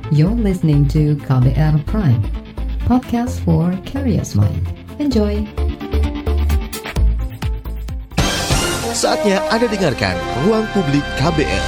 You're listening to KBR Prime, podcast for curious mind. Enjoy! Saatnya Anda dengarkan Ruang Publik KBR.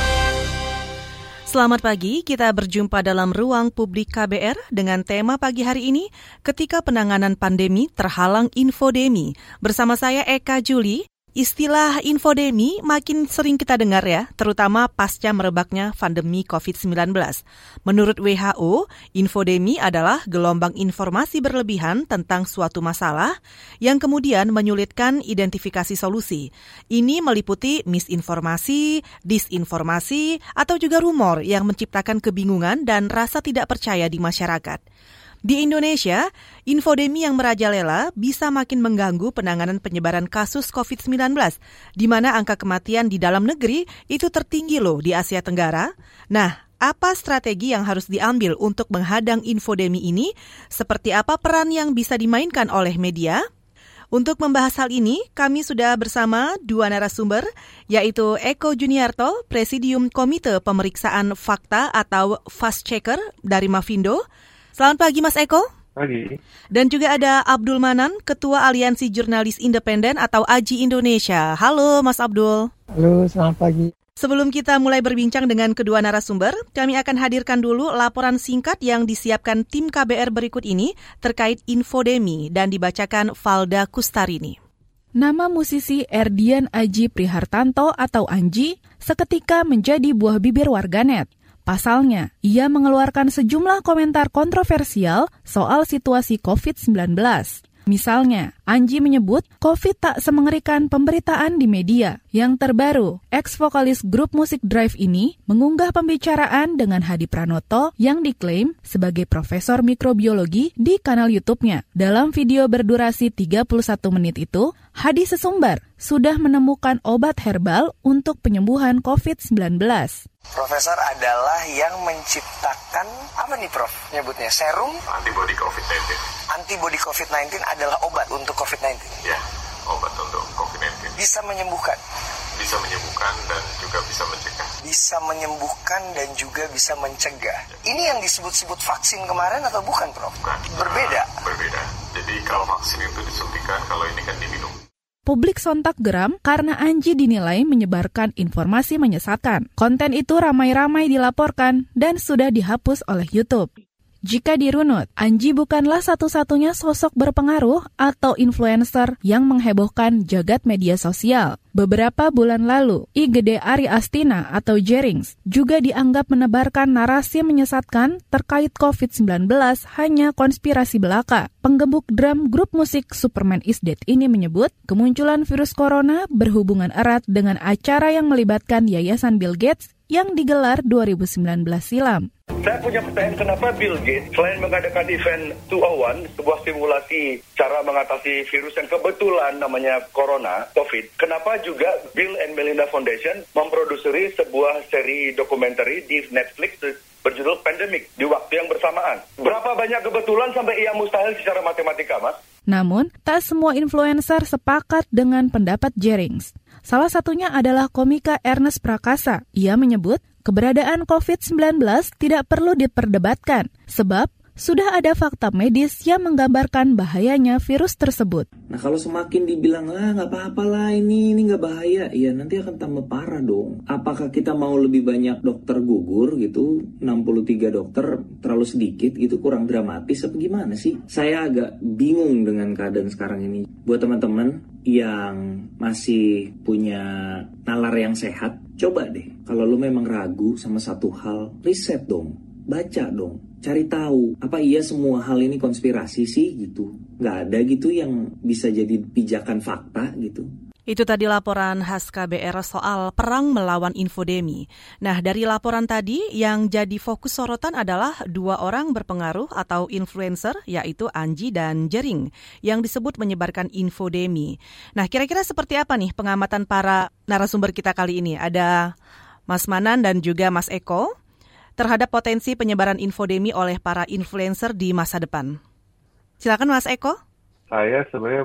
Selamat pagi, kita berjumpa dalam Ruang Publik KBR dengan tema pagi hari ini, ketika penanganan pandemi terhalang infodemi. Bersama saya Eka Juli. Istilah infodemi makin sering kita dengar ya, terutama pasca merebaknya pandemi COVID-19. Menurut WHO, infodemi adalah gelombang informasi berlebihan tentang suatu masalah yang kemudian menyulitkan identifikasi solusi. Ini meliputi misinformasi, disinformasi, atau juga rumor yang menciptakan kebingungan dan rasa tidak percaya di masyarakat. Di Indonesia, infodemi yang merajalela bisa makin mengganggu penanganan penyebaran kasus COVID-19, di mana angka kematian di dalam negeri itu tertinggi loh di Asia Tenggara. Nah, apa strategi yang harus diambil untuk menghadang infodemi ini? Seperti apa peran yang bisa dimainkan oleh media? Untuk membahas hal ini, kami sudah bersama dua narasumber, yaitu Eko Juniarto, Presidium Komite Pemeriksaan Fakta atau Fast Checker dari Mafindo. Selamat pagi Mas Eko. Pagi. Dan juga ada Abdul Manan, Ketua Aliansi Jurnalis Independen atau AJI Indonesia. Halo Mas Abdul. Halo, selamat pagi. Sebelum kita mulai berbincang dengan kedua narasumber, kami akan hadirkan dulu laporan singkat yang disiapkan tim KBR berikut ini terkait infodemi dan dibacakan Valda Kustarini. Nama musisi Erdian Aji Prihartanto atau Anji seketika menjadi buah bibir warganet. Pasalnya, ia mengeluarkan sejumlah komentar kontroversial soal situasi COVID-19. Misalnya, Anji menyebut COVID tak semengerikan pemberitaan di media. Yang terbaru, ex-vokalis grup musik Drive ini mengunggah pembicaraan dengan Hadi Pranoto yang diklaim sebagai profesor mikrobiologi di kanal YouTube-nya. Dalam video berdurasi 31 menit itu, Hadi sesumbar sudah menemukan obat herbal untuk penyembuhan COVID-19. Profesor adalah yang menciptakan, apa nih Prof nyebutnya, serum? Antibody COVID-19. Antibody COVID-19 adalah obat untuk COVID-19? Ya, obat untuk COVID-19. Bisa menyembuhkan? Bisa menyembuhkan dan juga bisa mencegah. Bisa menyembuhkan dan juga bisa mencegah. Ini yang disebut-sebut vaksin kemarin atau bukan Prof? Bukan. Berbeda? Berbeda. Jadi kalau vaksin itu disuntikan, kalau ini kan diminum. Publik sontak geram karena Anji dinilai menyebarkan informasi menyesatkan. Konten itu ramai-ramai dilaporkan dan sudah dihapus oleh YouTube. Jika dirunut, Anji bukanlah satu-satunya sosok berpengaruh atau influencer yang menghebohkan jagat media sosial. Beberapa bulan lalu, Igede Ari Astina atau Jerings juga dianggap menebarkan narasi menyesatkan terkait COVID-19 hanya konspirasi belaka. Penggembuk drum grup musik Superman is Dead ini menyebut kemunculan virus corona berhubungan erat dengan acara yang melibatkan Yayasan Bill Gates yang digelar 2019 silam. Saya punya pertanyaan, kenapa Bill Gates selain mengadakan event 201, sebuah simulasi cara mengatasi virus yang kebetulan namanya Corona, COVID, kenapa juga Bill and Melinda Foundation memproduksi sebuah seri dokumenter di Netflix berjudul Pandemic di waktu yang bersamaan? Berapa banyak kebetulan sampai ia mustahil secara matematika, Mas? Namun, tak semua influencer sepakat dengan pendapat Jerings. Salah satunya adalah komika Ernest Prakasa. Ia menyebut keberadaan COVID-19 tidak perlu diperdebatkan, sebab sudah ada fakta medis yang menggambarkan bahayanya virus tersebut. Nah kalau semakin dibilang, nggak apa-apa lah ini nggak bahaya, ya nanti akan tambah parah dong. Apakah kita mau lebih banyak dokter gugur gitu, 63 dokter terlalu sedikit gitu, kurang dramatis apa gimana sih? Saya agak bingung dengan keadaan sekarang ini. Buat teman-teman yang masih punya nalar yang sehat, coba deh, kalau lu memang ragu sama satu hal, riset dong, baca dong. Cari tahu, apa iya semua hal ini konspirasi sih gitu? Nggak ada gitu yang bisa jadi pijakan fakta gitu. Itu tadi laporan khas KBR soal perang melawan infodemi. Nah, dari laporan tadi yang jadi fokus sorotan adalah dua orang berpengaruh atau influencer, yaitu Anji dan Jering, yang disebut menyebarkan infodemi. Nah, kira-kira seperti apa nih pengamatan para narasumber kita kali ini? Ada Mas Manan dan juga Mas Eko terhadap potensi penyebaran infodemi oleh para influencer di masa depan. Silakan Mas Eko. Saya sebenarnya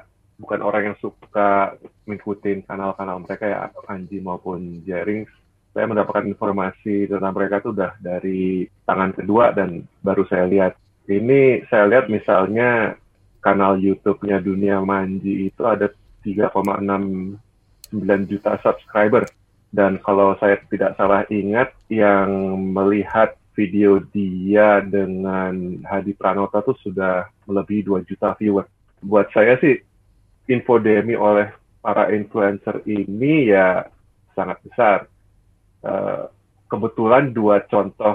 bukan orang yang suka ngikutin kanal-kanal mereka ya, Anji maupun Jerings. saya mendapatkan informasi tentang mereka itu udah dari tangan kedua dan baru saya lihat. Ini saya lihat misalnya kanal YouTube-nya Dunia Manji itu ada 3,69 juta subscriber. Dan kalau saya tidak salah ingat, yang melihat video dia dengan Hadi Pranoto itu sudah melebihi 2 juta viewer. Buat saya sih, infodemi oleh para influencer ini ya sangat besar. Kebetulan 2 contoh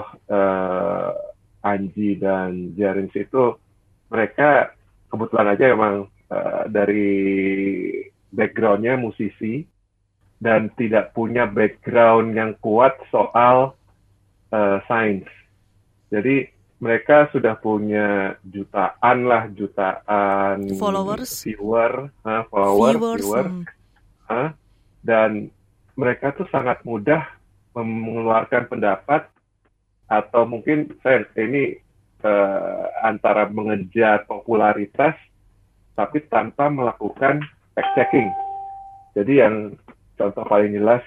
Anji dan Jerins itu, mereka kebetulan aja emang dari background-nya musisi dan tidak punya background yang kuat soal sains. Jadi mereka sudah punya jutaan followers, viewer, dan mereka tuh sangat mudah mengeluarkan pendapat, atau mungkin saya ini antara mengejar popularitas tapi tanpa melakukan fact checking. Jadi yang contoh paling jelas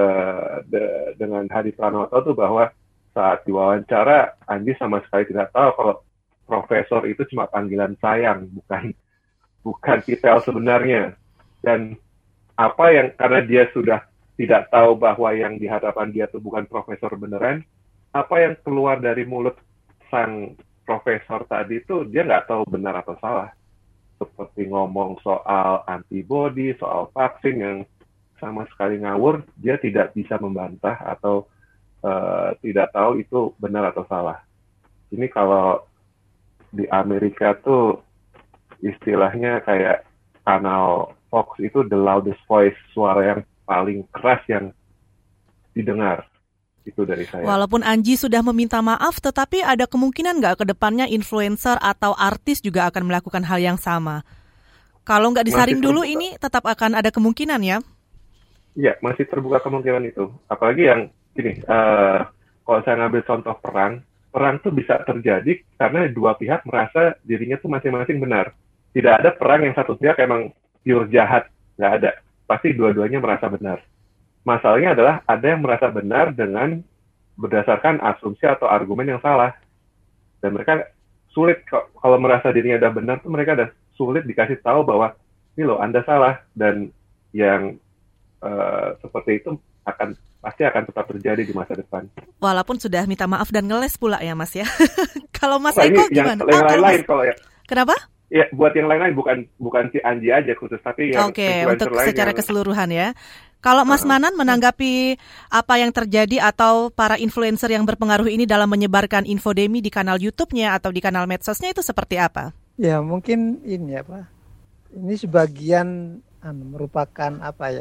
dengan Hadi Pranoto itu bahwa saat diwawancara Anji sama sekali tidak tahu kalau profesor itu cuma panggilan sayang, bukan titel sebenarnya. Dan apa yang karena dia sudah tidak tahu bahwa yang di hadapan dia itu bukan profesor beneran, apa yang keluar dari mulut sang profesor tadi itu dia nggak tahu benar atau salah. Seperti ngomong soal antibody, soal vaksin yang sama sekali ngawur, dia tidak bisa membantah atau tidak tahu itu benar atau salah. Ini kalau di Amerika tuh istilahnya kayak kanal Fox itu the loudest voice, suara yang paling keras yang didengar. Itu dari saya. Walaupun Anji sudah meminta maaf, tetapi ada kemungkinan nggak ke depannya influencer atau artis juga akan melakukan hal yang sama? Kalau nggak disaring dulu ini tetap akan ada kemungkinan ya? Iya, masih terbuka kemungkinan itu. Apalagi yang gini, kalau saya ngambil contoh perang tuh bisa terjadi karena dua pihak merasa dirinya tuh masing-masing benar. Tidak ada perang yang satu pihak emang pure jahat, nggak ada. Pasti dua-duanya merasa benar. Masalahnya adalah ada yang merasa benar dengan berdasarkan asumsi atau argumen yang salah. Dan mereka sulit, kalau merasa dirinya udah benar tuh mereka udah sulit dikasih tahu bahwa ini loh Anda salah. Dan yang seperti itu pasti akan tetap terjadi di masa depan. Walaupun sudah minta maaf dan ngeles pula ya Mas ya. Kalau Mas Eko gimana? Yang lain-lain kalau ya. Kenapa? Ya, buat yang lain-lain bukan si Anji aja khusus, tapi yang untuk secara keseluruhan ya. Kalau Mas Manan menanggapi apa yang terjadi atau para influencer yang berpengaruh ini dalam menyebarkan infodemi di kanal YouTube-nya atau di kanal medsosnya itu seperti apa? Ya mungkin ini ya Pak. Ini sebagian merupakan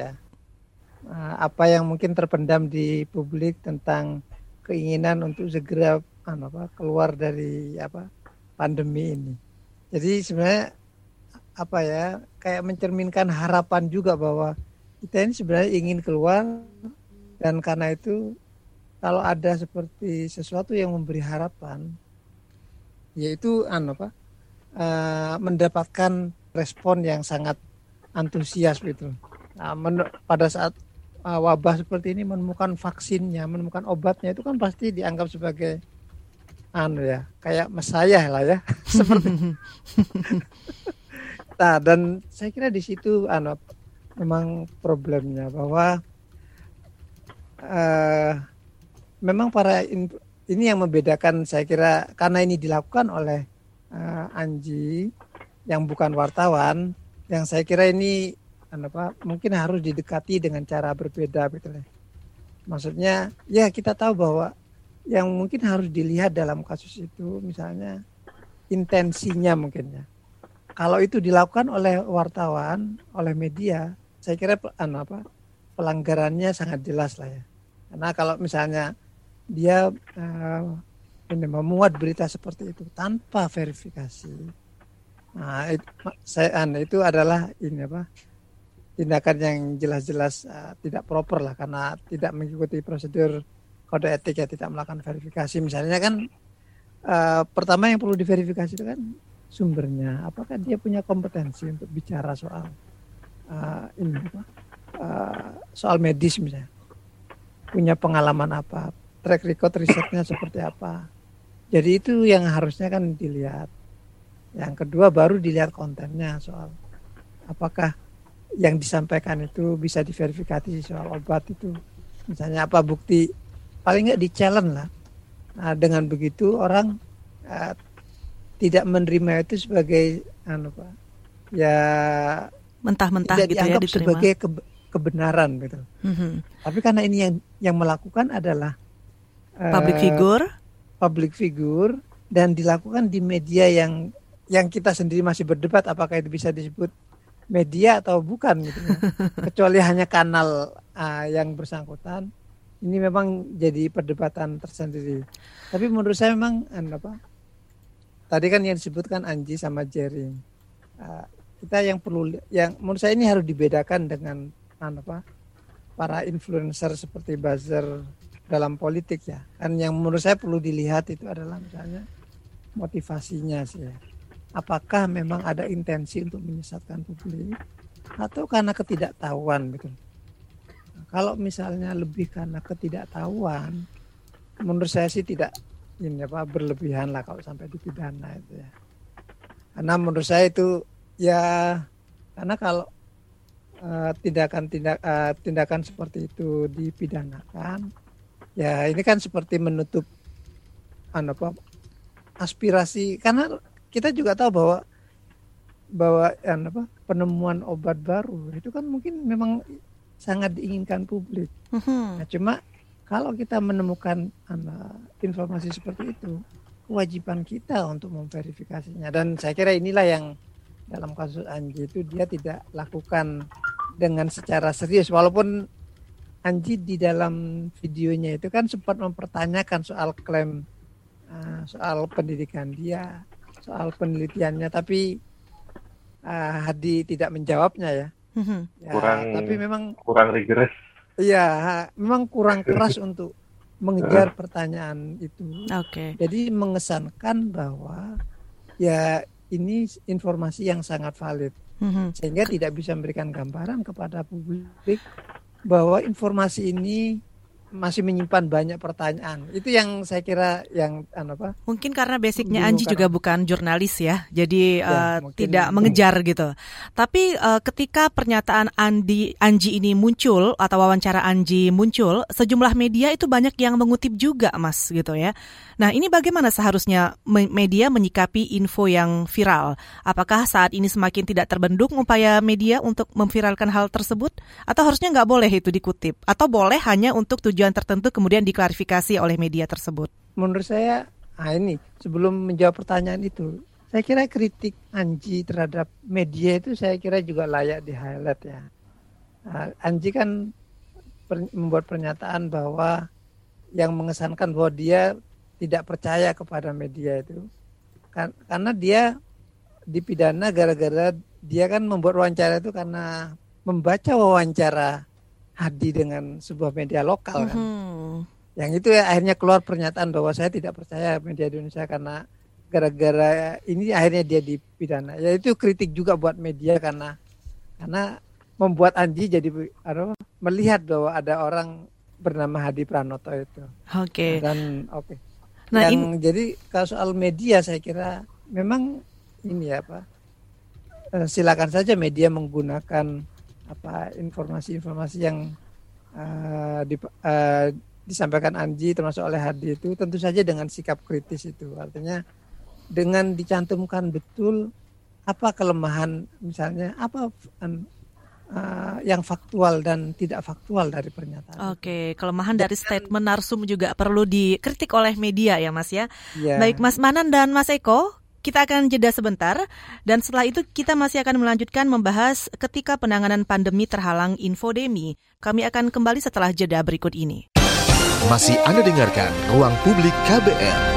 apa yang mungkin terpendam di publik tentang keinginan untuk segera keluar dari pandemi ini. Jadi sebenarnya kayak mencerminkan harapan juga bahwa kita ini sebenarnya ingin keluar, dan karena itu kalau ada seperti sesuatu yang memberi harapan, yaitu mendapatkan respon yang sangat antusias gitu. Nah, pada saat wabah seperti ini menemukan vaksinnya, menemukan obatnya, itu kan pasti dianggap sebagai kayak mesayah lah ya. Seperti nah, dan saya kira di situ memang problemnya bahwa memang ini yang membedakan, saya kira, karena ini dilakukan oleh Anji yang bukan wartawan, yang saya kira ini mungkin harus didekati dengan cara berbeda gitu. Maksudnya ya kita tahu bahwa yang mungkin harus dilihat dalam kasus itu misalnya intensinya mungkin ya. Kalau itu dilakukan oleh wartawan, oleh media, saya kira pelanggarannya sangat jelas lah ya. Karena kalau misalnya dia memuat berita seperti itu tanpa verifikasi, nah itu adalah tindakan yang jelas-jelas tidak proper lah, karena tidak mengikuti prosedur kode etik ya, tidak melakukan verifikasi. Misalnya kan pertama yang perlu diverifikasi itu kan sumbernya, apakah dia punya kompetensi untuk bicara soal soal medis misalnya. punya pengalaman apa, track record risetnya seperti apa. Jadi itu yang harusnya kan dilihat. Yang kedua baru dilihat kontennya, soal apakah yang disampaikan itu bisa diverifikasi soal obat itu. Misalnya apa bukti, paling nggak di-challenge lah. Nah dengan begitu orang tidak menerima itu sebagai mentah-mentah tidak gitu dianggap ya, diterima sebagai kebenaran gitu. Tapi karena ini yang melakukan adalah public figure dan dilakukan di media yang kita sendiri masih berdebat apakah itu bisa disebut media atau bukan gitu ya. Kecuali hanya kanal yang bersangkutan, ini memang jadi perdebatan tersendiri. Tapi menurut saya memang tadi kan yang disebutkan Anji sama Jering, kita yang menurut saya ini harus dibedakan dengan para influencer seperti buzzer dalam politik ya. Kan yang menurut saya perlu dilihat itu adalah misalnya motivasinya sih ya. Apakah memang ada intensi untuk menyesatkan publik atau karena ketidaktahuan gitu. Nah, kalau misalnya lebih karena ketidaktahuan, menurut saya sih tidak berlebihan lah kalau sampai dipidana itu ya. Karena menurut saya itu ya, karena kalau tindakan seperti itu dipidanakan, ya ini kan seperti menutup aspirasi, karena kita juga tahu bahwa penemuan obat baru itu kan mungkin memang sangat diinginkan publik. Nah, cuma kalau kita menemukan informasi seperti itu, kewajiban kita untuk memverifikasinya. Dan saya kira inilah yang dalam kasus Anji itu dia tidak lakukan dengan secara serius, walaupun Anji di dalam videonya itu kan sempat mempertanyakan soal klaim soal pendidikan dia, soal penelitiannya, tapi Hadi tidak menjawabnya ya. Tapi memang kurang rigorous. Iya, memang kurang keras untuk mengejar pertanyaan itu. Jadi mengesankan bahwa ya ini informasi yang sangat valid, sehingga tidak bisa memberikan gambaran kepada publik bahwa informasi ini masih menyimpan banyak pertanyaan. Itu yang saya kira yang mungkin karena basicnya Anji juga bukan jurnalis ya, jadi tidak mengejar gitu. Tapi ketika pernyataan Anji ini muncul atau wawancara Anji muncul, sejumlah media itu banyak yang mengutip juga, Mas, gitu ya. Nah, ini bagaimana seharusnya media menyikapi info yang viral? Apakah saat ini semakin tidak terbendung upaya media untuk memviralkan hal tersebut? Atau harusnya nggak boleh itu dikutip? Atau boleh hanya untuk tujuan tertentu kemudian diklarifikasi oleh media tersebut? Menurut saya, ini sebelum menjawab pertanyaan itu, saya kira kritik Anji terhadap media itu saya kira juga layak di-highlight ya. Anji kan membuat pernyataan bahwa yang mengesankan bahwa dia tidak percaya kepada media itu karena dia dipidana gara-gara dia kan membuat wawancara itu karena membaca wawancara Hadi dengan sebuah media lokal kan. Yang itu ya akhirnya keluar pernyataan bahwa saya tidak percaya media Indonesia karena gara-gara ini akhirnya dia dipidana. Ya itu kritik juga buat media karena membuat Anji jadi melihat bahwa ada orang bernama Hadi Pranoto itu. Jadi kalau soal media saya kira memang ini silakan saja media menggunakan informasi-informasi yang disampaikan Anji termasuk oleh Hadi itu tentu saja dengan sikap kritis itu. Artinya dengan dicantumkan betul apa kelemahan, misalnya apa yang faktual dan tidak faktual dari pernyataan. Kelemahan dari statement narsum juga perlu dikritik oleh media ya, Mas ya. Baik, Mas Manan dan Mas Eko, kita akan jeda sebentar dan setelah itu kita masih akan melanjutkan membahas ketika penanganan pandemi terhalang infodemi. Kami akan kembali setelah jeda berikut ini. Masih Anda dengarkan Ruang Publik KBR.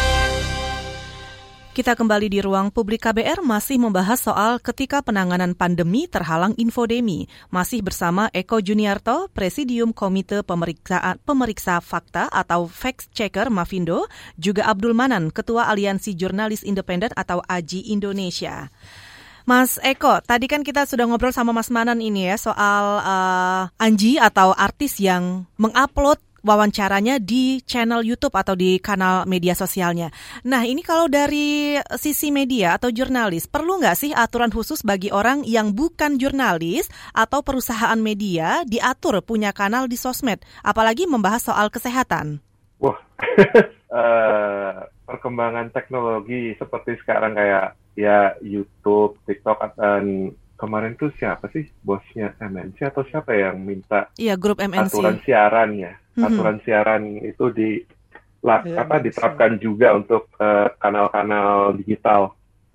Kita kembali di Ruang Publik KBR masih membahas soal ketika penanganan pandemi terhalang infodemi. Masih bersama Eko Juniarto, Presidium Komite Pemeriksa Fakta atau Fact Checker Mafindo, juga Abdul Manan, Ketua Aliansi Jurnalis Independen atau AJI Indonesia. Mas Eko, tadi kan kita sudah ngobrol sama Mas Manan ini ya soal Anji atau artis yang mengupload wawancaranya di channel YouTube atau di kanal media sosialnya. Nah, ini kalau dari sisi media atau jurnalis, perlu nggak sih aturan khusus bagi orang yang bukan jurnalis atau perusahaan media diatur punya kanal di sosmed, apalagi membahas soal kesehatan? Wah, perkembangan teknologi seperti sekarang kayak ya YouTube, TikTok, dan kemarin tuh siapa sih bosnya MNC atau siapa yang minta grup MNC. Aturan siarannya? Aturan siaran itu diterapkan juga untuk kanal-kanal digital.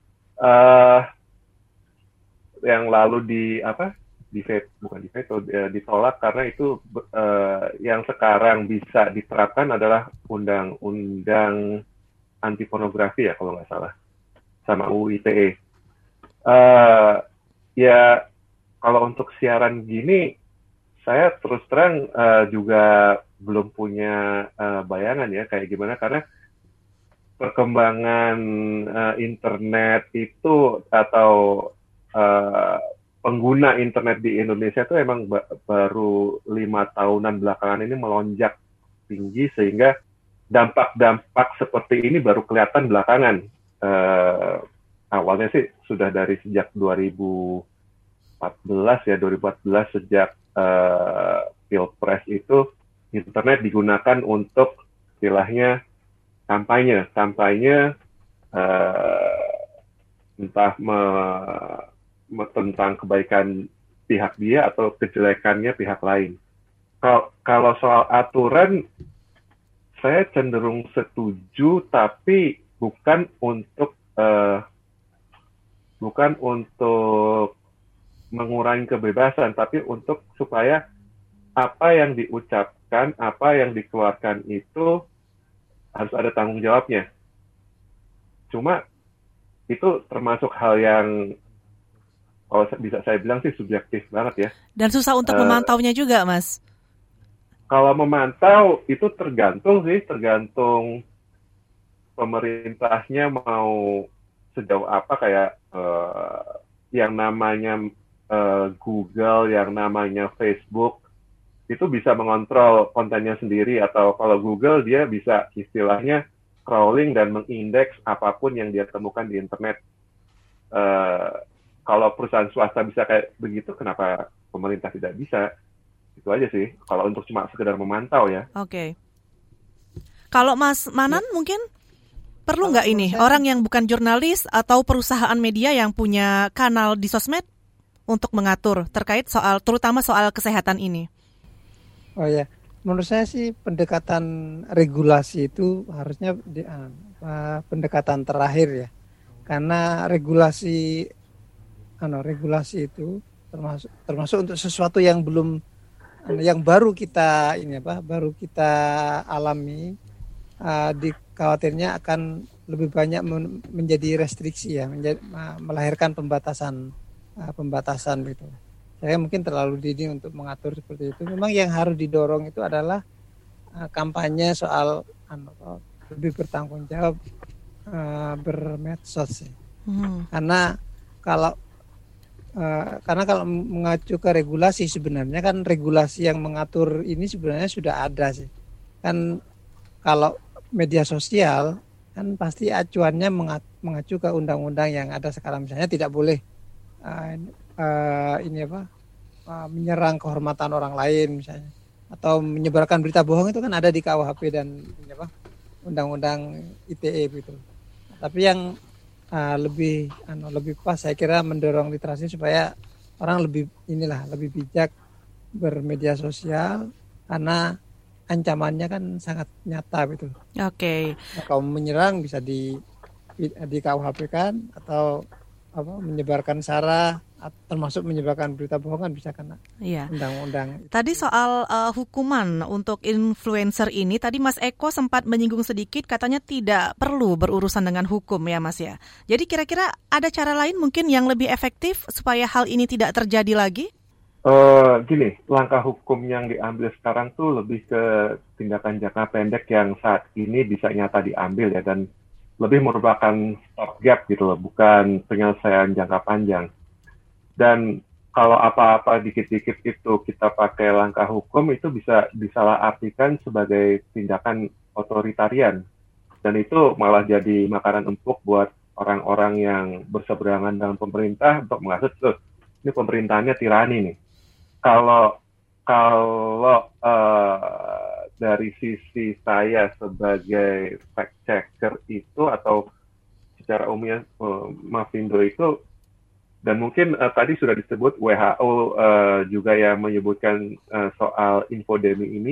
Yang lalu ditolak karena itu yang sekarang bisa diterapkan adalah undang-undang anti pornografi ya kalau nggak salah, sama UU ITE. Ya kalau untuk siaran gini, saya terus terang juga belum punya bayangan ya kayak gimana, karena perkembangan internet itu atau pengguna internet di Indonesia itu emang baru 5 tahunan belakangan ini melonjak tinggi, sehingga dampak-dampak seperti ini baru kelihatan belakangan. Awalnya sih sudah dari sejak 2014 sejak Pilpres itu internet digunakan untuk istilahnya kampanye entah tentang kebaikan pihak dia atau kejelekannya pihak lain. Kalau soal aturan, saya cenderung setuju, tapi bukan untuk mengurangi kebebasan, tapi untuk supaya apa yang diucapkan, apa yang dikeluarkan itu harus ada tanggung jawabnya. Cuma itu termasuk hal yang kalau bisa saya bilang sih subjektif banget ya. Dan susah untuk memantaunya juga, Mas. Kalau memantau itu tergantung pemerintahnya mau sejauh apa, kayak yang namanya Google, yang namanya Facebook, itu bisa mengontrol kontennya sendiri, atau kalau Google dia bisa istilahnya crawling dan mengindeks apapun yang dia temukan di internet. Kalau perusahaan swasta bisa kayak begitu, kenapa pemerintah tidak bisa? Itu aja sih, kalau untuk cuma sekedar memantau ya. Oke. Kalau Mas Manan mungkin perlu nggak ini orang yang bukan jurnalis atau perusahaan media yang punya kanal di sosmed untuk mengatur terkait soal, terutama soal kesehatan ini? Oh ya, menurut saya sih pendekatan regulasi itu harusnya pendekatan terakhir ya, karena regulasi itu termasuk untuk sesuatu yang baru kita alami, dikhawatirnya akan lebih banyak menjadi restriksi ya, melahirkan pembatasan gitu. Saya mungkin terlalu dini untuk mengatur seperti itu. Memang yang harus didorong itu adalah kampanye soal lebih bertanggung jawab bermedsos. Karena kalau mengacu ke regulasi, sebenarnya kan regulasi yang mengatur ini sebenarnya sudah ada sih. Kan kalau media sosial kan pasti acuannya mengacu ke undang-undang yang ada sekarang, misalnya tidak boleh menyerang kehormatan orang lain misalnya, atau menyebarkan berita bohong, itu kan ada di KUHP dan undang-undang ITE gitu. Tapi yang lebih pas saya kira mendorong literasi supaya orang lebih bijak bermedia sosial, karena ancamannya kan sangat nyata gitu. Oke. Kalau menyerang bisa di KUHP kan, atau menyebarkan sara, termasuk menyebarkan berita bohong kan bisa kena undang-undang. Tadi soal hukuman untuk influencer ini, tadi Mas Eko sempat menyinggung sedikit, katanya tidak perlu berurusan dengan hukum ya Mas ya. Jadi kira-kira ada cara lain mungkin yang lebih efektif supaya hal ini tidak terjadi lagi? Gini, langkah hukum yang diambil sekarang tuh lebih ke tindakan jangka pendek yang saat ini bisa nyata diambil ya, dan lebih merupakan stopgap gitu loh, bukan penyelesaian jangka panjang. Dan kalau apa-apa dikit-dikit itu kita pakai langkah hukum, itu bisa disalahartikan sebagai tindakan otoritarian. Dan itu malah jadi makanan empuk buat orang-orang yang berseberangan dengan pemerintah untuk mengasut, ini pemerintahannya tirani nih. Kalau dari sisi saya sebagai fact checker itu, atau secara umumnya Mavindo itu, dan mungkin tadi sudah disebut WHO juga ya menyebutkan soal infodemi ini,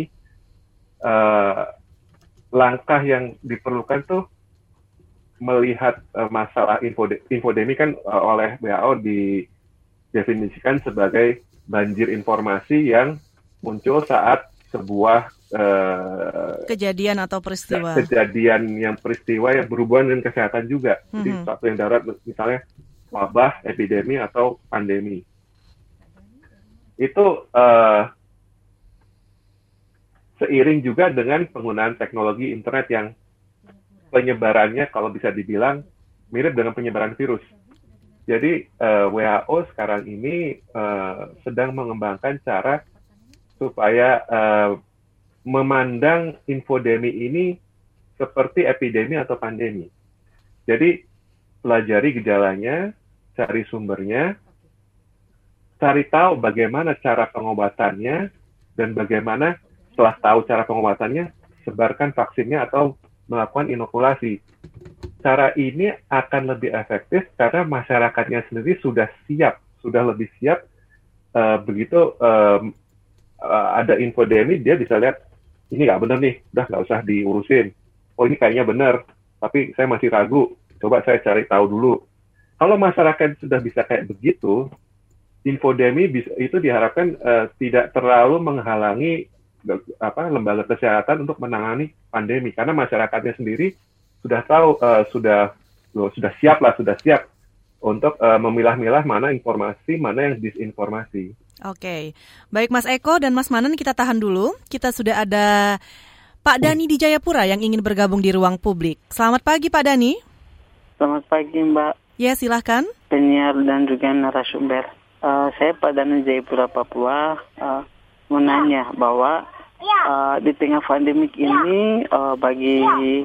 langkah yang diperlukan tuh melihat masalah infodemi kan oleh WHO didefinisikan sebagai banjir informasi yang muncul saat sebuah kejadian atau peristiwa yang berhubungan dengan kesehatan juga. Jadi sesuatu yang darurat, misalnya wabah, epidemi, atau pandemi. Itu seiring juga dengan penggunaan teknologi internet yang penyebarannya kalau bisa dibilang mirip dengan penyebaran virus. Jadi WHO sekarang ini sedang mengembangkan cara supaya memandang infodemi ini seperti epidemi atau pandemi. Jadi pelajari gejalanya, cari sumbernya, cari tahu bagaimana cara pengobatannya, dan bagaimana setelah tahu cara pengobatannya, sebarkan vaksinnya atau melakukan inokulasi. Cara ini akan lebih efektif karena masyarakatnya sendiri sudah lebih siap. Begitu ada infodemi, dia bisa lihat, ini nggak benar nih, udah nggak usah diurusin. Oh, ini kayaknya benar, tapi saya masih ragu. Coba saya cari tahu dulu. Kalau masyarakat sudah bisa kayak begitu, infodemi itu diharapkan tidak terlalu menghalangi lembaga kesehatan untuk menangani pandemi, karena masyarakatnya sendiri sudah tahu, sudah siap untuk memilah-milah mana informasi, mana yang disinformasi. Oke, baik Mas Eko dan Mas Manan, kita tahan dulu. Kita sudah ada Pak Dani di Jayapura yang ingin bergabung di ruang publik. Selamat pagi Pak Dani. Selamat pagi Mbak. Ya, silahkan. Penyiar dan juga narasumber. Saya Pak Dani Jayapura, Papua. Mau nanya bahwa di tengah pandemik ini bagi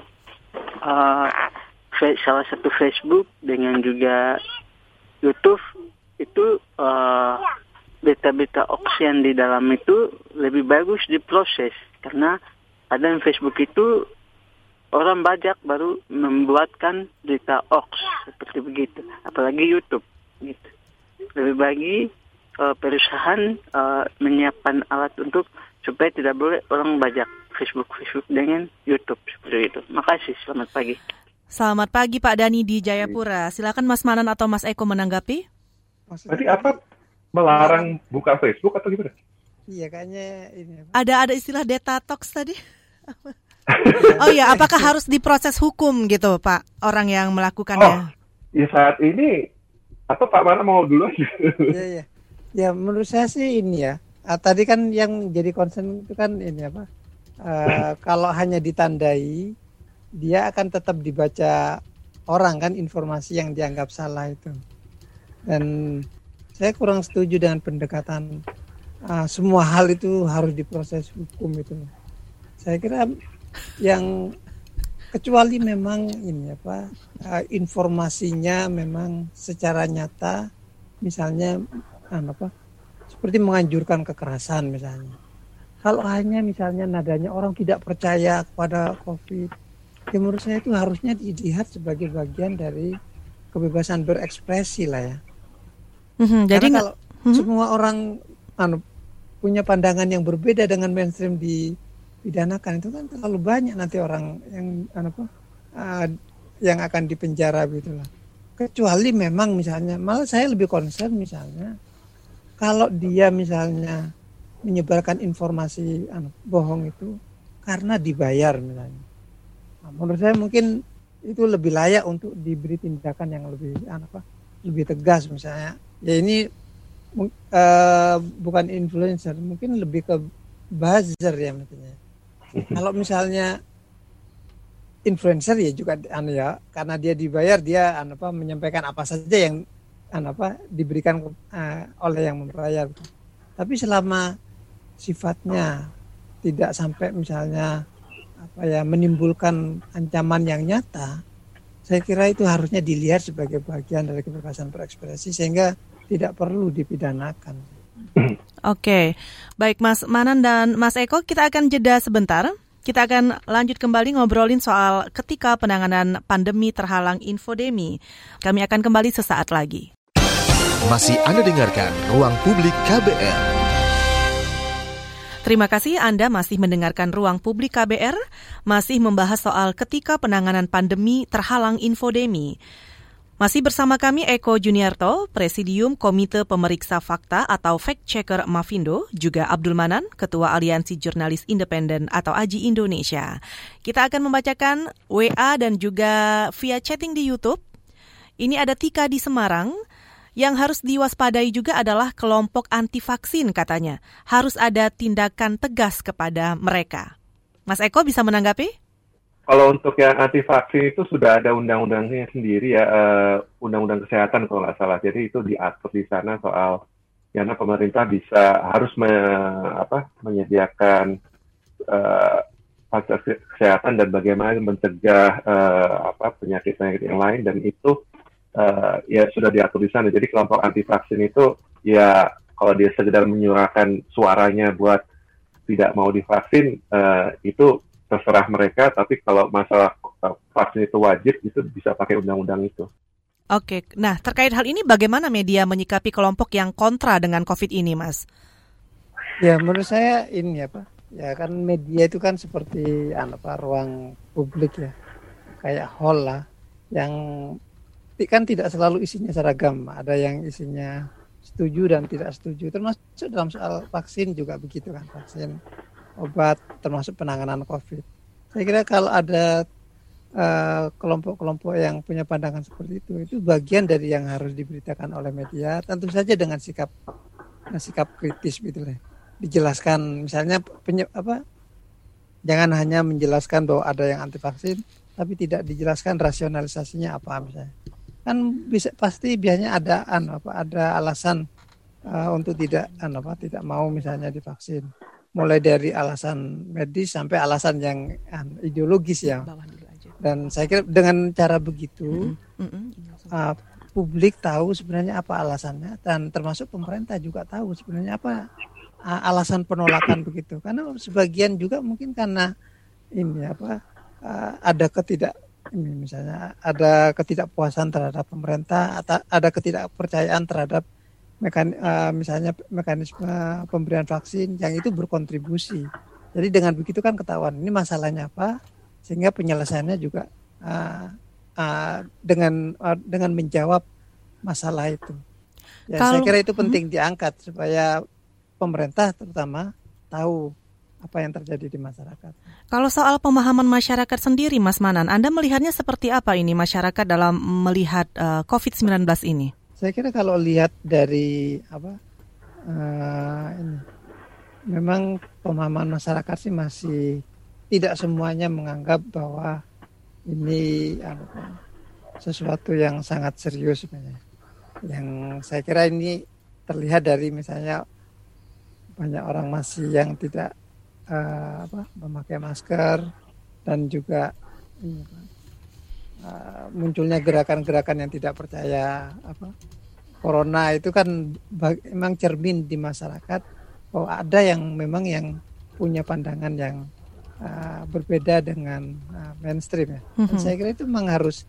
salah satu Facebook dengan juga YouTube itu berita-berita hoax yang di dalam itu lebih bagus diproses, karena kadang Facebook itu orang bajak baru membuatkan berita hoax seperti begitu, apalagi YouTube gitu. Lebih bagi perusahaan menyiapkan alat untuk supaya tidak boleh orang bajak Facebook dengan YouTube seperti itu. Makasih, selamat pagi. Selamat pagi Pak Dani di Jayapura. Silakan Mas Manan atau Mas Eko menanggapi. Tadi apa? Melarang buka Facebook atau gimana? Iya, kayaknya ini. Ada istilah detox tadi. Oh iya, apakah harus diproses hukum gitu Pak, orang yang melakukannya? Ya saat ini, atau Pak Mana mau dulu aja? Iya. Ya menurut saya sih ini ya. Tadi kan yang jadi concern itu kan ini apa? Kalau hanya ditandai, dia akan tetap dibaca orang kan, informasi yang dianggap salah itu. Dan saya kurang setuju dengan pendekatan semua hal itu harus diproses hukum itu. Saya kira yang kecuali memang ini apa informasinya memang secara nyata, misalnya seperti menganjurkan kekerasan misalnya. Kalau hanya misalnya nadanya orang tidak percaya kepada COVID, ya menurut saya itu harusnya dilihat sebagai bagian dari kebebasan berekspresi lah ya. Jadi kalau semua orang punya pandangan yang berbeda dengan mainstream dipidanakan, itu kan terlalu banyak nanti orang yang akan dipenjara gitulah. Kecuali memang misalnya, malah saya lebih concern misalnya kalau dia misalnya menyebarkan informasi bohong itu karena dibayar misalnya. Menurut saya mungkin itu lebih layak untuk diberi tindakan yang lebih tegas misalnya. Ya ini bukan influencer, mungkin lebih ke buzzer ya mestinya. Kalau misalnya influencer ya juga karena dia dibayar dia menyampaikan apa saja yang diberikan oleh yang membayar. Tapi selama sifatnya tidak sampai misalnya menimbulkan ancaman yang nyata, saya kira itu harusnya dilihat sebagai bagian dari kebebasan berekspresi sehingga tidak perlu dipidanakan. Oke, baik Mas Manan dan Mas Eko, kita akan jeda sebentar. Kita akan lanjut kembali ngobrolin soal ketika penanganan pandemi terhalang infodemi. Kami akan kembali sesaat lagi. Masih Anda dengarkan Ruang Publik KBR. Terima kasih Anda masih mendengarkan Ruang Publik KBR, masih membahas soal ketika penanganan pandemi terhalang infodemi. Masih bersama kami Eko Juniarto, Presidium Komite Pemeriksa Fakta atau Fact Checker Mafindo, juga Abdul Manan, Ketua Aliansi Jurnalis Independen atau AJI Indonesia. Kita akan membacakan WA dan juga via chatting di YouTube. Ini ada Tika di Semarang. Yang harus diwaspadai juga adalah kelompok anti vaksin katanya. Harus ada tindakan tegas kepada mereka. Mas Eko bisa menanggapi? Kalau untuk yang anti vaksin itu sudah ada undang-undangnya sendiri ya, undang-undang kesehatan kalau nggak salah. Jadi itu diatur di sana soal karena pemerintah harus menyediakan fasilitas kesehatan dan bagaimana mencegah penyakit-penyakit yang lain, dan itu ya sudah diatur di sana. Jadi kelompok anti vaksin itu ya kalau dia sekedar menyuarakan suaranya buat tidak mau divaksin, itu terserah mereka, tapi kalau masalah vaksin itu wajib, itu bisa pakai undang-undang itu. Oke, nah terkait hal ini bagaimana media menyikapi kelompok yang kontra dengan COVID ini, Mas? Ya menurut saya ini ya kan media itu kan seperti ruang publik ya, kayak hall lah, yang kan tidak selalu isinya seragam, ada yang isinya setuju dan tidak setuju, termasuk dalam soal vaksin juga begitu kan, vaksin obat, termasuk penanganan COVID. Saya kira kalau ada kelompok-kelompok yang punya pandangan seperti itu bagian dari yang harus diberitakan oleh media, tentu saja dengan sikap kritis gitu lah. Dijelaskan misalnya jangan hanya menjelaskan bahwa ada yang anti vaksin, tapi tidak dijelaskan rasionalisasinya apa misalnya. Kan biasanya ada alasan untuk tidak mau misalnya divaksin. Mulai dari alasan medis sampai alasan yang ideologis ya. Dan saya kira dengan cara begitu publik tahu sebenarnya apa alasannya, dan termasuk pemerintah juga tahu sebenarnya apa alasan penolakan begitu. Karena sebagian juga mungkin karena ada ketidakpuasan terhadap pemerintah, atau ada ketidakpercayaan terhadap mekanisme pemberian vaksin yang itu berkontribusi. Jadi dengan begitu kan ketahuan ini masalahnya apa, sehingga penyelesaiannya juga dengan menjawab masalah itu. Ya, saya kira itu penting diangkat supaya pemerintah terutama tahu apa yang terjadi di masyarakat. Kalau soal pemahaman masyarakat sendiri, Mas Manan, Anda melihatnya seperti apa ini masyarakat dalam melihat COVID-19 ini? Saya kira kalau lihat dari memang pemahaman masyarakat sih masih tidak semuanya menganggap bahwa ini sesuatu yang sangat serius sebenarnya. Yang saya kira ini terlihat dari misalnya banyak orang masih yang tidak memakai masker, dan juga munculnya gerakan-gerakan yang tidak percaya corona itu kan memang cermin di masyarakat bahwa ada yang memang yang punya pandangan yang berbeda dengan mainstream ya. Dan saya kira itu memang harus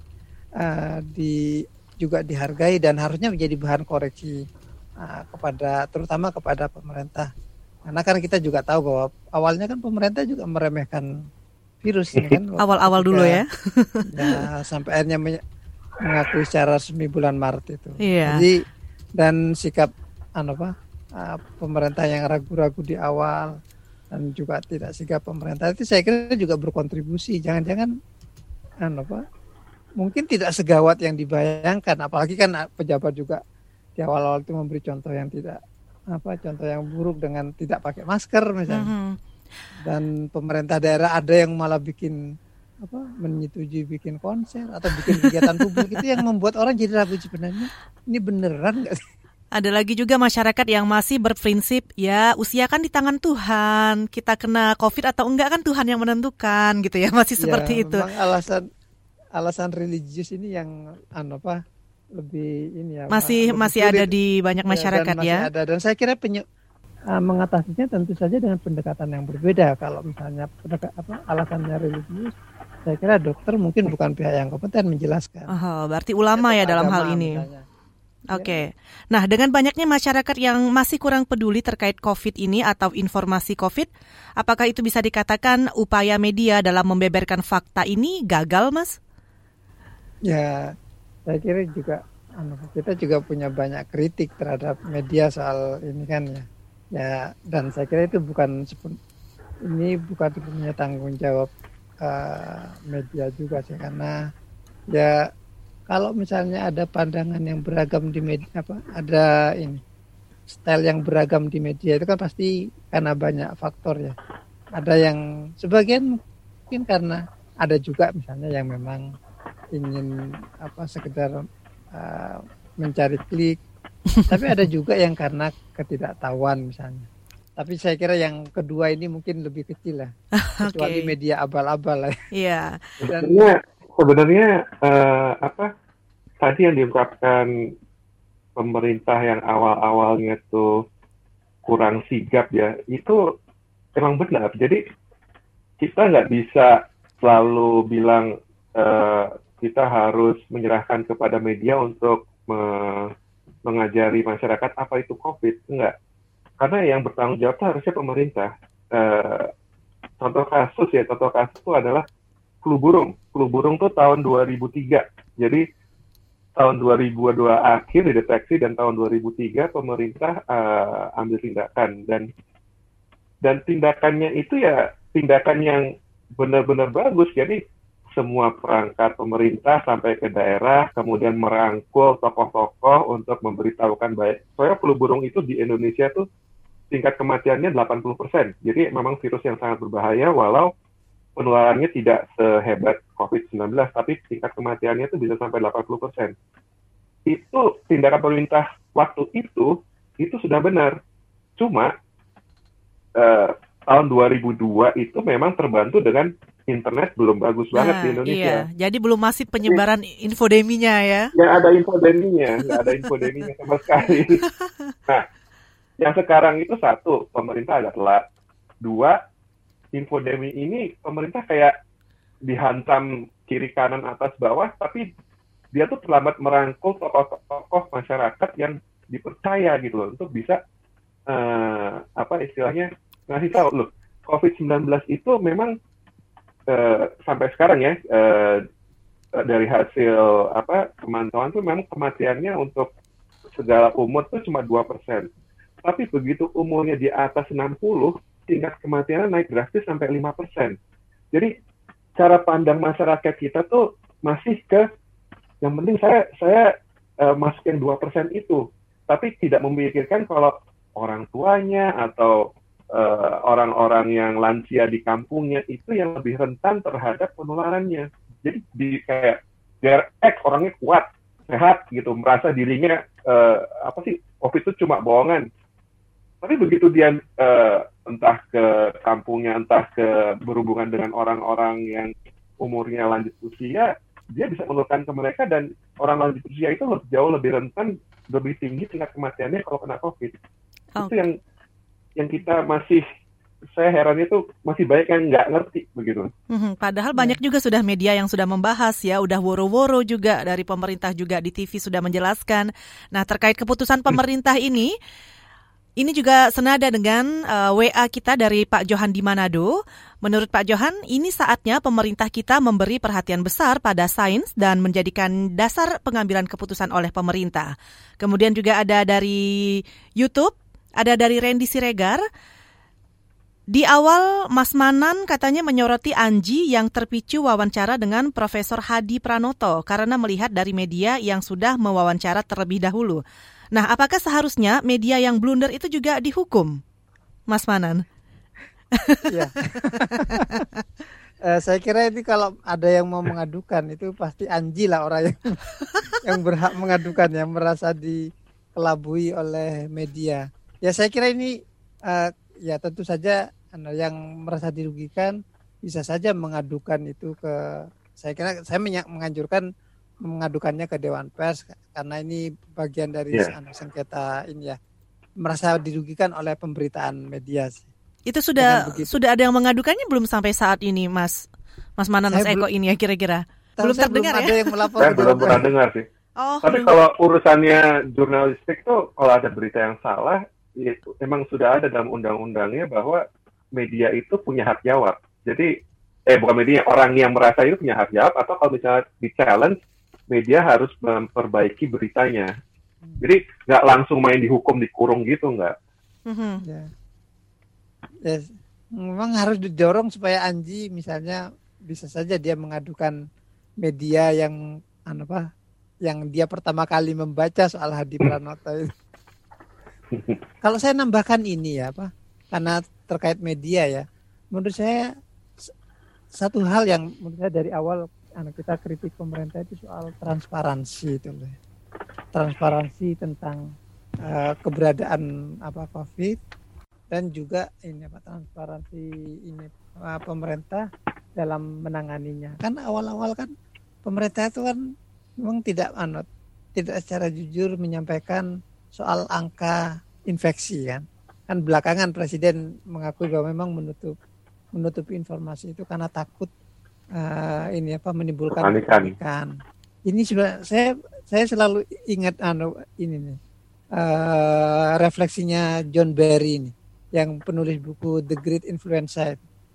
juga dihargai dan harusnya menjadi bahan koreksi terutama kepada pemerintah. Karena kan kita juga tahu bahwa awalnya kan pemerintah juga meremehkan virus ini kan. Awal-awal dulu ya. Ya sampai akhirnya mengakui secara resmi bulan Maret itu. Iya. Jadi dan sikap pemerintah yang ragu-ragu di awal dan juga tidak sigap pemerintah itu saya kira juga berkontribusi. Jangan-jangan mungkin tidak segawat yang dibayangkan, apalagi kan pejabat juga di awal-awal itu memberi contoh yang contoh yang buruk dengan tidak pakai masker misalnya. Dan pemerintah daerah ada yang malah bikin menyetujui bikin konser atau bikin kegiatan publik itu yang membuat orang jadi ragu sebenarnya ini beneran nggak sih? Ada lagi juga masyarakat yang masih berprinsip ya usia kan di tangan Tuhan, kita kena COVID atau enggak kan Tuhan yang menentukan gitu ya, masih seperti itu. Memang alasan religius ini yang lebih ini ya masih ada di banyak masyarakat ya. Ada. Dan saya kira mengatasinya tentu saja dengan pendekatan yang berbeda. Kalau misalnya alasannya religius, saya kira dokter mungkin bukan pihak yang kompeten menjelaskan. Berarti ulama ya dalam hal ini. Oke. Nah, dengan banyaknya masyarakat yang masih kurang peduli terkait COVID ini atau informasi COVID, apakah itu bisa dikatakan upaya media dalam membeberkan fakta ini gagal, Mas? Ya, saya kira juga kita juga punya banyak kritik terhadap media soal ini kan ya. Ya, dan saya kira itu bukan punya tanggung jawab media juga sih, karena ya kalau misalnya ada pandangan yang beragam di media, ada style yang beragam di media itu kan pasti karena banyak faktor ya. Ada yang sebagian mungkin karena ada juga misalnya yang memang ingin sekedar mencari klik, tapi ada juga yang karena ketidaktahuan misalnya. Tapi saya kira yang kedua ini mungkin lebih kecil lah, kecuali media abal-abal lah. Iya. Sebenarnya tadi yang diungkapkan pemerintah yang awal-awalnya tuh kurang sigap ya, itu emang benar. Jadi kita nggak bisa selalu bilang kita harus menyerahkan kepada media untuk mengajari masyarakat apa itu COVID. Enggak. Karena yang bertanggung jawab itu harusnya pemerintah. Contoh kasus itu adalah flu burung. Flu burung tuh tahun 2003. Jadi tahun 2002 akhir dideteksi dan tahun 2003 pemerintah ambil tindakan dan tindakannya itu ya tindakan yang benar-benar bagus. Jadi semua perangkat pemerintah sampai ke daerah kemudian merangkul tokoh-tokoh untuk memberitahukan baik. Soalnya flu burung itu di Indonesia tuh tingkat kematiannya 80%. Jadi memang virus yang sangat berbahaya walau penularannya tidak sehebat COVID-19, tapi tingkat kematiannya itu bisa sampai 80%. Itu tindakan pemerintah waktu itu sudah benar. Cuma tahun 2002 itu memang terbantu dengan internet belum bagus banget di Indonesia. Iya, jadi belum masif penyebaran infodeminya ya. Nggak ada infodeminya sama sekali. Nah, yang sekarang itu satu, pemerintah agak telat. Dua, infodemi ini pemerintah kayak dihantam kiri kanan atas bawah, tapi dia tuh terlambat merangkul tokoh-tokoh masyarakat yang dipercaya gitu loh untuk bisa istilahnya ngasih tahu loh COVID-19 itu memang sampai sekarang ya dari hasil pemantauan tuh memang kematiannya untuk segala umur tuh cuma 2%. Tapi begitu umurnya di atas 60, tingkat kematiannya naik drastis sampai 5%. Jadi cara pandang masyarakat kita tuh masih ke yang penting saya masukin 2% itu, tapi tidak memikirkan kalau orang tuanya atau orang-orang yang lansia di kampungnya itu yang lebih rentan terhadap penularannya. Jadi biar orangnya kuat, sehat gitu, merasa dirinya COVID itu cuma bohongan. Tapi begitu dia entah ke kampungnya, entah berhubungan dengan orang-orang yang umurnya lanjut usia, dia bisa menularkan ke mereka dan orang lanjut usia itu jauh lebih rentan, lebih tinggi tingkat kematiannya kalau kena COVID. Itu yang kita saya herannya tuh masih banyak yang nggak ngerti begitu. Padahal banyak juga sudah media yang sudah membahas ya, udah woro-woro juga dari pemerintah juga di TV sudah menjelaskan. Nah terkait keputusan pemerintah ini juga senada dengan WA kita dari Pak Johan di Manado. Menurut Pak Johan, ini saatnya pemerintah kita memberi perhatian besar pada sains dan menjadikan dasar pengambilan keputusan oleh pemerintah. Kemudian juga ada dari YouTube, ada dari Randy Siregar. Di awal Mas Manan katanya menyoroti Anji yang terpicu wawancara dengan Profesor Hadi Pranoto karena melihat dari media yang sudah mewawancara terlebih dahulu. Nah, apakah seharusnya media yang blunder itu juga dihukum, Mas Manan? Ya. Saya kira ini kalau ada yang mau mengadukan itu pasti Anji lah orang yang berhak mengadukan, yang merasa dikelabui oleh media. Ya saya kira ini ya tentu saja yang merasa dirugikan bisa saja mengadukan itu ke, saya kira saya menganjurkan mengadukannya ke Dewan Pers karena ini bagian dari sengketa ini ya, merasa dirugikan oleh pemberitaan media sih. Itu sudah ada yang mengadukannya belum sampai saat ini, Mas Manan, Mas Eko ini ya kira-kira? Belum terdengar belum ya? Ada yang melapor. Saya belum pernah dengar sih. Tapi kalau urusannya jurnalistik tuh kalau ada berita yang salah, itu emang sudah ada dalam undang-undangnya bahwa media itu punya hak jawab. Jadi bukan media, orang yang merasa itu punya hak jawab, atau kalau misalnya di-challenge, media harus memperbaiki beritanya. Jadi nggak langsung main dihukum, dikurung gitu, nggak. Ya, memang harus didorong supaya Anji misalnya bisa saja dia mengadukan media yang yang dia pertama kali membaca soal Hadi Pranoto itu. Kalau saya nambahkan ini ya karena terkait media ya, menurut saya satu hal yang menurut saya dari awal kita kritik pemerintah itu soal transparansi itu loh. Transparansi tentang keberadaan COVID dan juga ini transparansi ini pemerintah dalam menanganinya. Kan awal-awal kan pemerintah itu kan memang tidak secara jujur menyampaikan soal angka infeksi kan. Kan belakangan Presiden mengakui bahwa memang menutupi informasi itu karena takut menimbulkan kepanikan. Ini sebenarnya saya selalu ingat ini nih refleksinya John Barry ini yang penulis buku The Great Influenza.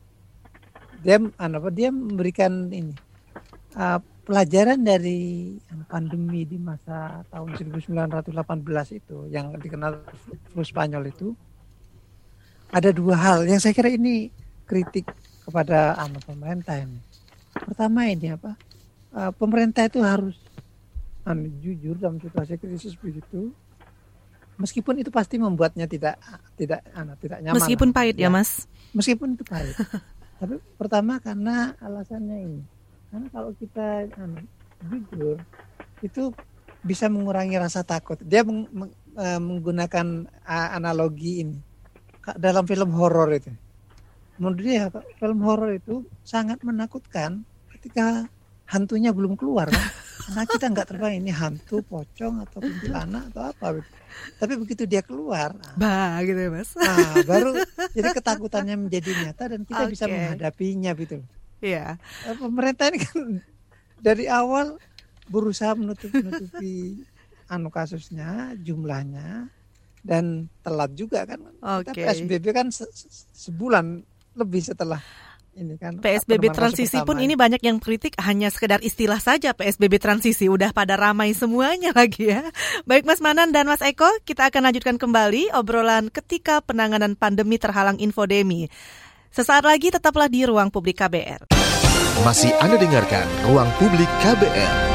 Dia memberikan ini pelajaran dari pandemi di masa tahun 1918 itu yang dikenal flu Spanyol itu. Ada dua hal yang saya kira ini kritik kepada pemerintah ini. Pertama ini pemerintah itu harus jujur dalam situasi krisis begitu. Meskipun itu pasti membuatnya tidak nyaman. Meskipun pahit ya, Mas. Meskipun itu pahit. Tapi pertama karena alasannya ini. Karena kalau kita jujur itu bisa mengurangi rasa takut. Dia menggunakan analogi ini dalam film horor itu. Menurut dia film horor itu sangat menakutkan ketika hantunya belum keluar kan? Karena kita nggak terbang ini hantu, pocong atau kuntilanak atau apa gitu. Tapi begitu dia keluar, gitu ya Mas. Baru jadi ketakutannya menjadi nyata dan kita bisa menghadapinya gitu. Iya. Pemerintah ini kan dari awal berusaha menutupi kasusnya, jumlahnya, dan telat juga kan. Kita PSBB kan sebulan lebih setelah ini kan. PSBB transisi pun ini banyak yang kritik hanya sekedar istilah saja PSBB transisi, udah pada ramai semuanya lagi ya. Baik Mas Manan dan Mas Eko, kita akan lanjutkan kembali obrolan ketika penanganan pandemi terhalang infodemi. Sesaat lagi tetaplah di Ruang Publik KBR. Masih Anda dengarkan Ruang Publik KBR.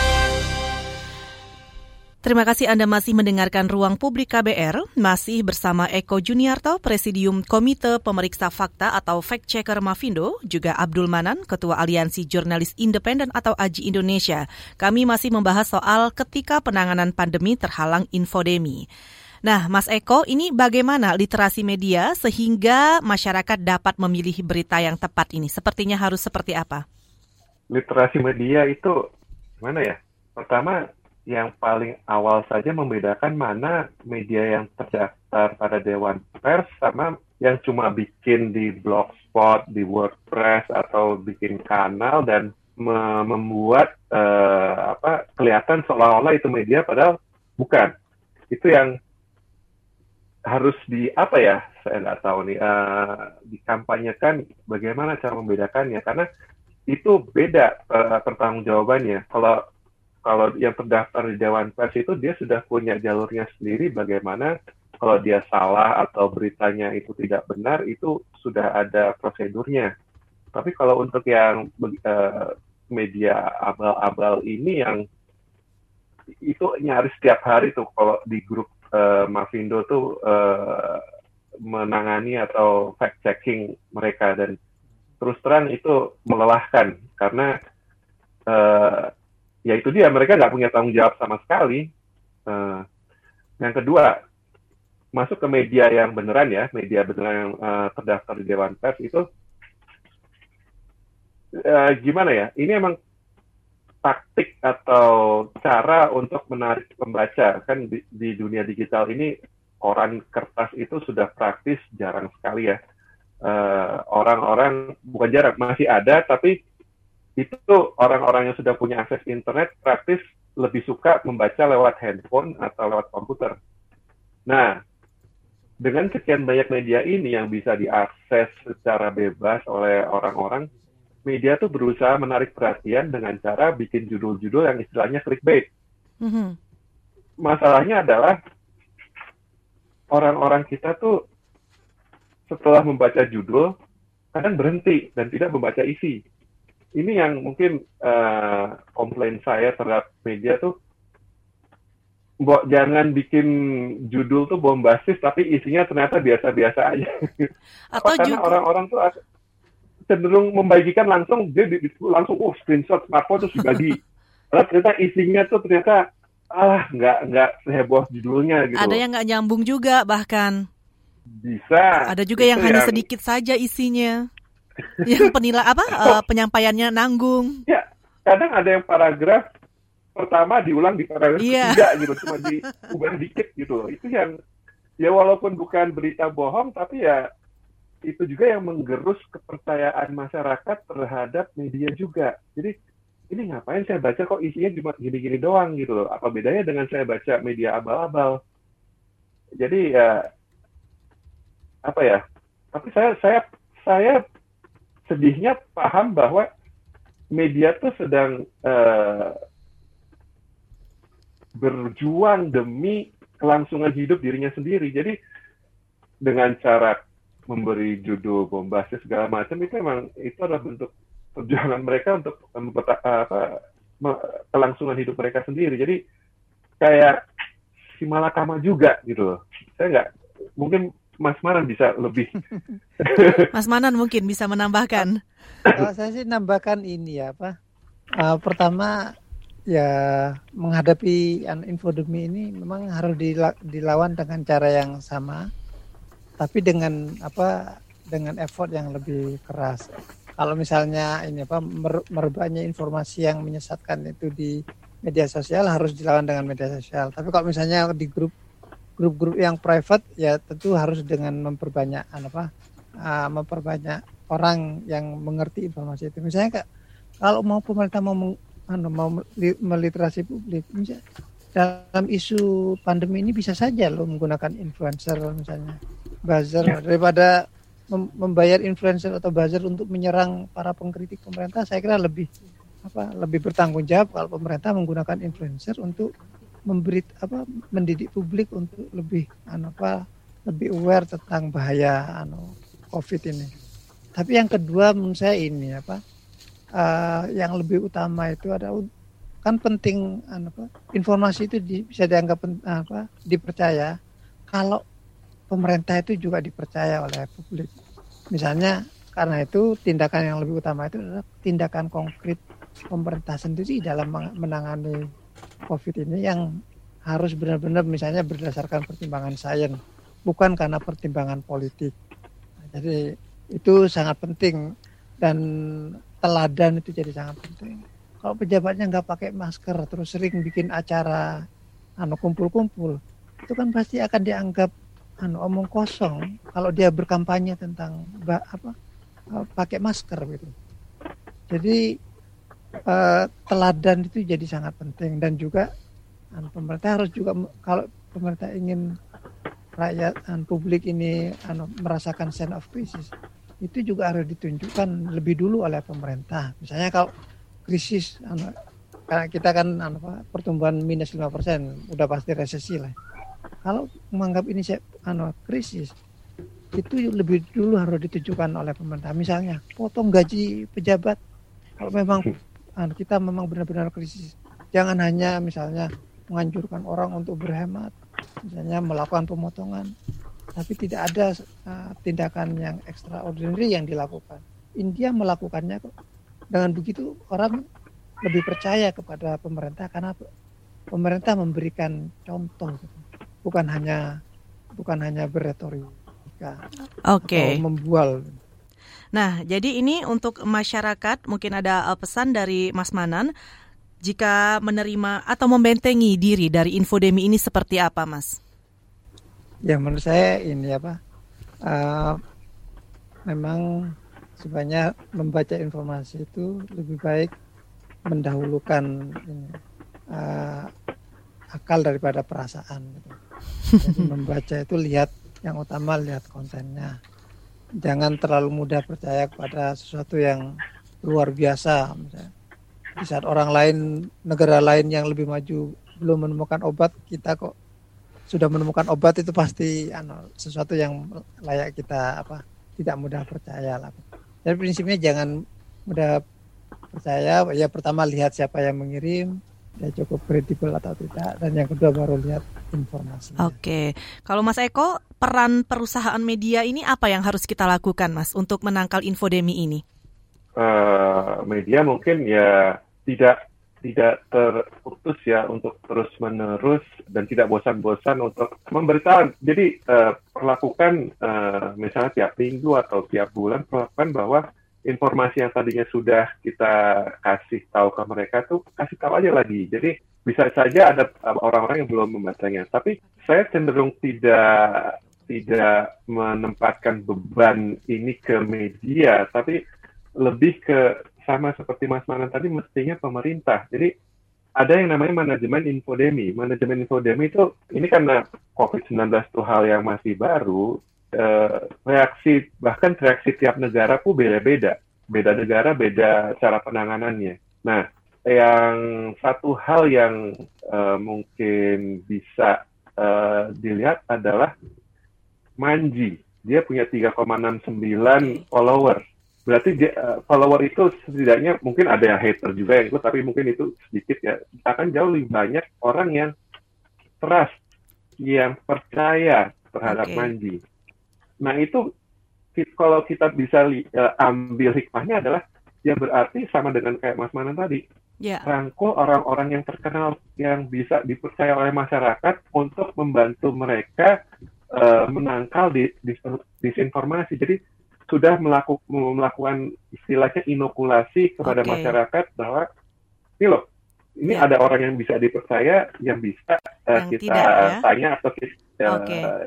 Terima kasih Anda masih mendengarkan Ruang Publik KBR, masih bersama Eko Juniarto, Presidium Komite Pemeriksa Fakta atau Fact Checker Mafindo, juga Abdul Manan, Ketua Aliansi Jurnalis Independen atau AJI Indonesia. Kami masih membahas soal ketika penanganan pandemi terhalang infodemi. Nah, Mas Eko, ini bagaimana literasi media sehingga masyarakat dapat memilih berita yang tepat ini? Sepertinya harus seperti apa? Literasi media itu gimana ya? Pertama, yang paling awal saja membedakan mana media yang terdaftar pada Dewan Pers sama yang cuma bikin di Blogspot, di WordPress, atau bikin kanal dan membuat kelihatan seolah-olah itu media padahal bukan. Itu yang harus saya nggak tahu nih, dikampanyekan bagaimana cara membedakannya, karena itu beda pertanggungjawabannya. Kalau yang terdaftar di Dewan Pers itu dia sudah punya jalurnya sendiri, bagaimana kalau dia salah atau beritanya itu tidak benar, itu sudah ada prosedurnya. Tapi kalau untuk yang media abal-abal ini yang itu nyaris setiap hari tuh kalau di grup Mafindo tuh menangani atau fact checking mereka, dan terus terang itu melelahkan karena ya itu dia, mereka nggak punya tanggung jawab sama sekali. Yang kedua, masuk ke media yang beneran ya, media beneran yang terdaftar di Dewan Pers itu gimana ya? Ini emang taktik atau cara untuk menarik pembaca. Kan di dunia digital ini koran kertas itu sudah praktis jarang sekali ya. Orang-orang bukan jarang, masih ada, tapi itu orang-orang yang sudah punya akses internet praktis lebih suka membaca lewat handphone atau lewat komputer. Nah, dengan sekian banyak media ini yang bisa diakses secara bebas oleh orang-orang, media tuh berusaha menarik perhatian dengan cara bikin judul-judul yang istilahnya clickbait. Masalahnya adalah orang-orang kita tuh setelah membaca judul kadang berhenti dan tidak membaca isi. Ini yang mungkin komplain saya terhadap media tuh, jangan bikin judul tuh bombastis tapi isinya ternyata biasa-biasa aja. Atau karena orang-orang tuh cenderung membagikan langsung, dia langsung screenshot smartphone terus dibagi. Lalu ternyata isinya tuh ternyata nggak seheboh judulnya gitu. Ada yang nggak nyambung juga bahkan. Bisa. Ada juga yang hanya sedikit saja isinya. Yang penyampaiannya nanggung. Ya, kadang ada yang paragraf pertama diulang di paragraf ketiga gitu, cuma diubah dikit gitu. Itu yang ya walaupun bukan berita bohong, tapi ya itu juga yang menggerus kepercayaan masyarakat terhadap media juga. Jadi ini ngapain saya baca kok isinya cuma gini-gini doang gitu loh. Apa bedanya dengan saya baca media abal-abal? Jadi ya apa ya? Tapi saya sedihnya paham bahwa media tuh sedang berjuang demi kelangsungan hidup dirinya sendiri. Jadi dengan cara memberi judul bombastis segala macam itu adalah bentuk perjuangan mereka untuk kelangsungan hidup mereka sendiri. Jadi kayak si malakama juga gitu loh. Saya nggak, mungkin Mas Manan bisa lebih. Mas Manan mungkin bisa menambahkan. Saya sih nambahkan ini ya pertama ya menghadapi infodemi ini memang harus dilawan dengan cara yang sama, tapi dengan effort yang lebih keras. Kalau misalnya merebaknya informasi yang menyesatkan itu di media sosial harus dilawan dengan media sosial. Tapi kalau misalnya di grup-grup yang private ya tentu harus dengan memperbanyak memperbanyak orang yang mengerti informasi itu. Misalnya kalau mau pemerintah mau meliterasi publik, misalnya dalam isu pandemi ini bisa saja lo menggunakan influencer misalnya, buzzer, daripada membayar influencer atau buzzer untuk menyerang para pengkritik pemerintah. Saya kira lebih bertanggung jawab kalau pemerintah menggunakan influencer untuk mendidik publik untuk lebih aware tentang bahaya COVID ini. Tapi yang kedua menurut saya ini yang lebih utama itu adalah kan penting informasi itu bisa dianggap dipercaya kalau pemerintah itu juga dipercaya oleh publik. Misalnya karena itu tindakan yang lebih utama itu adalah tindakan konkret pemerintah sendiri dalam menangani COVID ini yang harus benar-benar misalnya berdasarkan pertimbangan sains, bukan karena pertimbangan politik. Jadi itu sangat penting dan teladan itu jadi sangat penting. Kalau pejabatnya nggak pakai masker terus sering bikin acara kumpul-kumpul, itu kan pasti akan dianggap omong kosong kalau dia berkampanye tentang pakai masker gitu. Jadi teladan itu jadi sangat penting, dan juga pemerintah harus juga, kalau pemerintah ingin rakyat publik ini merasakan sense of crisis, itu juga harus ditunjukkan lebih dulu oleh pemerintah. Misalnya kalau krisis, karena kita kan pertumbuhan minus 5%, udah pasti resesi lah. Kalau menganggap ini krisis, itu lebih dulu harus ditunjukkan oleh pemerintah. Misalnya potong gaji pejabat kalau memang kita memang benar-benar krisis. Jangan hanya misalnya menganjurkan orang untuk berhemat, misalnya melakukan pemotongan, tapi tidak ada tindakan yang extraordinary yang dilakukan. India melakukannya kok. Dengan begitu orang lebih percaya kepada pemerintah karena pemerintah memberikan contoh, bukan hanya berretorika atau membual. Nah, jadi ini untuk masyarakat mungkin ada pesan dari Mas Manan jika menerima atau membentengi diri dari infodemi ini seperti apa, Mas? Ya, menurut saya ini memang sebenarnya membaca informasi itu lebih baik mendahulukan akal daripada perasaan gitu. Jadi membaca itu lihat yang utama, lihat kontennya. Jangan terlalu mudah percaya kepada sesuatu yang luar biasa. Misalnya, di saat orang lain, negara lain yang lebih maju belum menemukan obat, kita kok sudah menemukan obat, itu pasti sesuatu yang layak kita tidak mudah percaya lah. Jadi prinsipnya jangan mudah percaya. Ya pertama lihat siapa yang mengirim, ya cukup kredibel atau tidak, dan yang kedua baru lihat informasi. Oke, kalau Mas Eko, peran perusahaan media ini apa yang harus kita lakukan, Mas, untuk menangkal infodemi ini? Media mungkin ya tidak terputus ya untuk terus menerus dan tidak bosan-bosan untuk memberitakan. Jadi perlakukan misalnya tiap minggu atau tiap bulan, perlakukan bahwa informasi yang tadinya sudah kita kasih tahu ke mereka tuh kasih tahu aja lagi. Jadi bisa saja ada orang-orang yang belum membacanya. Tapi saya cenderung tidak menempatkan beban ini ke media, tapi lebih ke sama seperti Mas Manan tadi, mestinya pemerintah. Jadi ada yang namanya manajemen infodemi. Manajemen infodemi itu, ini karena COVID-19 itu hal yang masih baru, reaksi tiap negara pun beda-beda. Beda negara, beda cara penanganannya. Nah, yang satu hal yang mungkin bisa dilihat adalah Manji. Dia punya 3,69 followers. Berarti follower itu setidaknya mungkin ada yang hater juga yang ikut, tapi mungkin itu sedikit ya. Akan jauh lebih banyak orang yang trust, yang percaya terhadap Manji. Nah itu kalau kita bisa ambil hikmahnya adalah ya berarti sama dengan kayak Mas Manan tadi. Rangkul orang-orang yang terkenal yang bisa dipercaya oleh masyarakat untuk membantu mereka menangkal disinformasi. Jadi sudah melakukan istilahnya inokulasi kepada masyarakat bahwa ini ada orang yang bisa dipercaya, yang bisa kita tanya atau kita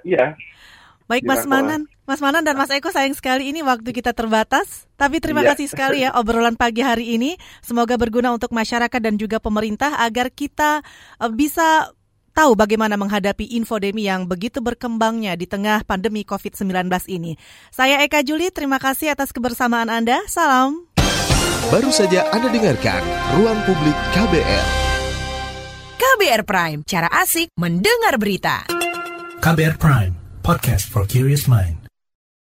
Baik Mas Manan dan Mas Eko, sayang sekali ini waktu kita terbatas. Tapi terima kasih sekali ya obrolan pagi hari ini. Semoga berguna untuk masyarakat dan juga pemerintah agar kita bisa tahu bagaimana menghadapi infodemi yang begitu berkembangnya di tengah pandemi COVID-19 ini. Saya Eka Juli, terima kasih atas kebersamaan Anda. Salam. Baru saja Anda dengarkan Ruang Publik KBR. KBR Prime, cara asik mendengar berita. KBR Prime, podcast for curious mind.